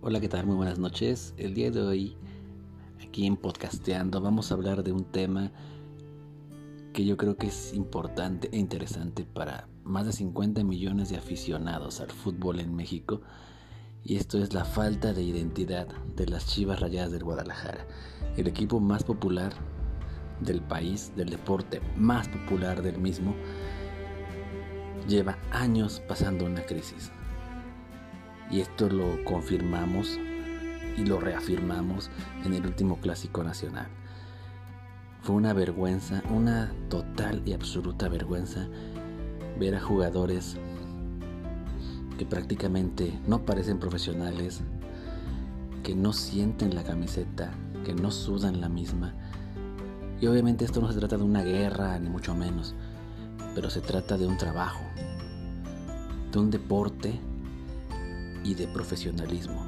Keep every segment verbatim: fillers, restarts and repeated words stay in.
Hola, ¿qué tal? Muy buenas noches. El día de hoy, aquí en Podcasteando, vamos a hablar de un tema que yo creo que es importante e interesante para más de cincuenta millones de aficionados al fútbol en México. Y esto es la falta de identidad de las Chivas Rayadas del Guadalajara, el equipo más popular del país, del deporte más popular del mismo. Lleva años pasando una crisis. Y esto lo confirmamos y lo reafirmamos en el último clásico nacional. Fue una vergüenza, una total y absoluta vergüenza ver a jugadores que prácticamente no parecen profesionales, que no sienten la camiseta, que no sudan la misma. Y obviamente esto no se trata de una guerra, ni mucho menos, pero se trata de un trabajo, de un deporte y de profesionalismo.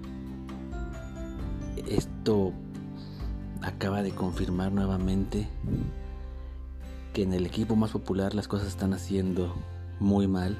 Esto acaba de confirmar nuevamente que en el equipo más popular las cosas están haciendo muy mal.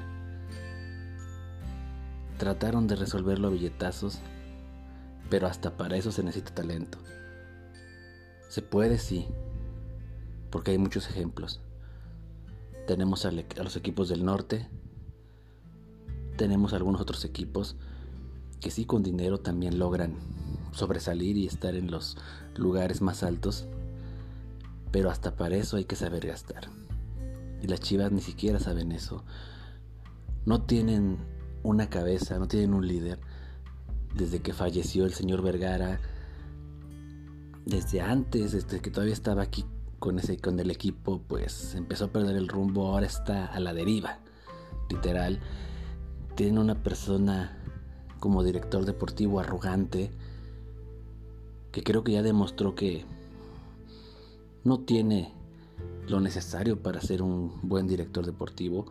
Trataron de resolverlo a billetazos, pero hasta para eso se necesita talento. Se puede, sí, porque hay muchos ejemplos. Tenemos a los equipos del norte, tenemos algunos otros equipos que sí con dinero también logran sobresalir y estar en los lugares más altos, pero hasta para eso hay que saber gastar. Y las Chivas ni siquiera saben eso. No tienen una cabeza, no tienen un líder. Desde que falleció el señor Vergara, desde antes, desde que todavía estaba aquí con ese con el equipo, pues empezó a perder el rumbo. Ahora está a la deriva, literal. Tiene una persona como director deportivo arrogante, que creo que ya demostró que no tiene lo necesario para ser un buen director deportivo.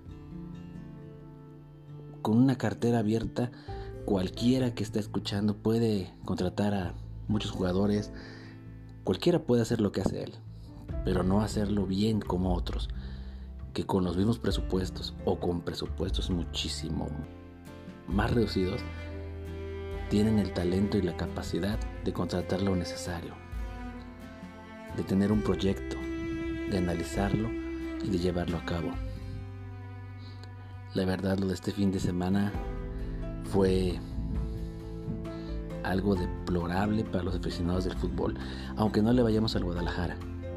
Con una cartera abierta, cualquiera que esté escuchando puede contratar a muchos jugadores. Cualquiera puede hacer lo que hace él, pero no hacerlo bien como otros, que con los mismos presupuestos o con presupuestos muchísimo más reducidos tienen el talento y la capacidad de contratar lo necesario, de tener un proyecto, de analizarlo y de llevarlo a cabo. La verdad, lo de este fin de semana fue algo deplorable para los aficionados del fútbol, aunque no le vayamos al Guadalajara,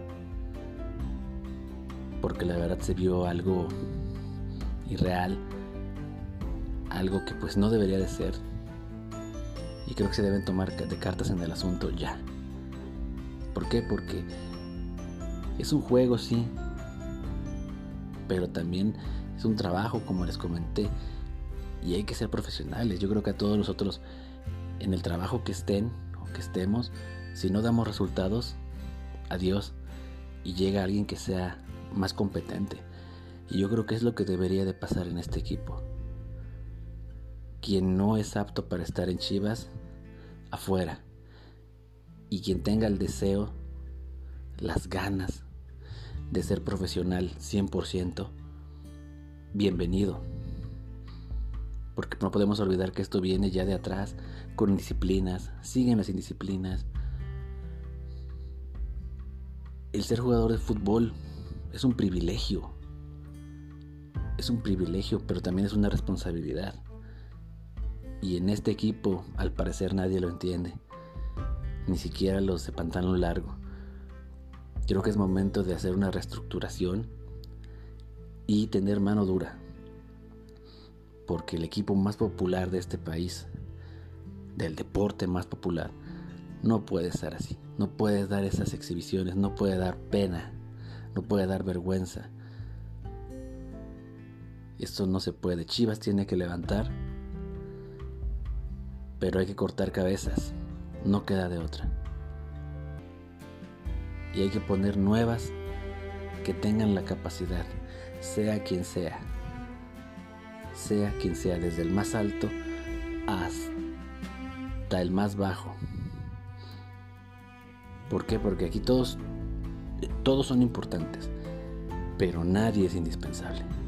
porque la verdad se vio algo irreal, algo que pues no debería de ser, y creo que se deben tomar de cartas en el asunto ya. ¿Por qué? Porque es un juego, sí, pero también es un trabajo, como les comenté, y hay que ser profesionales. Yo creo que a todos nosotros, en el trabajo que estén o que estemos, si no damos resultados, adiós, y llega alguien que sea más competente. Y yo creo que es lo que debería de pasar en este equipo. Quien no es apto para estar en Chivas, afuera. Y quien tenga el deseo, las ganas de ser profesional cien por ciento, bienvenido. Porque no podemos olvidar que esto viene ya de atrás, con indisciplinas, siguen las indisciplinas. El ser jugador de fútbol es un privilegio. Es un privilegio, pero también es una responsabilidad. Y en este equipo, al parecer, nadie lo entiende. Ni siquiera los de pantalón largo. Creo que es momento de hacer una reestructuración y tener mano dura. Porque el equipo más popular de este país, del deporte más popular, no puede estar así. No puede dar esas exhibiciones, no puede dar pena, no puede dar vergüenza. Esto no se puede. Chivas tiene que levantar, pero hay que cortar cabezas, no queda de otra. Y hay que poner nuevas que tengan la capacidad, sea quien sea, sea quien sea, desde el más alto hasta el más bajo. ¿Por qué? Porque aquí todos, todos son importantes, pero nadie es indispensable.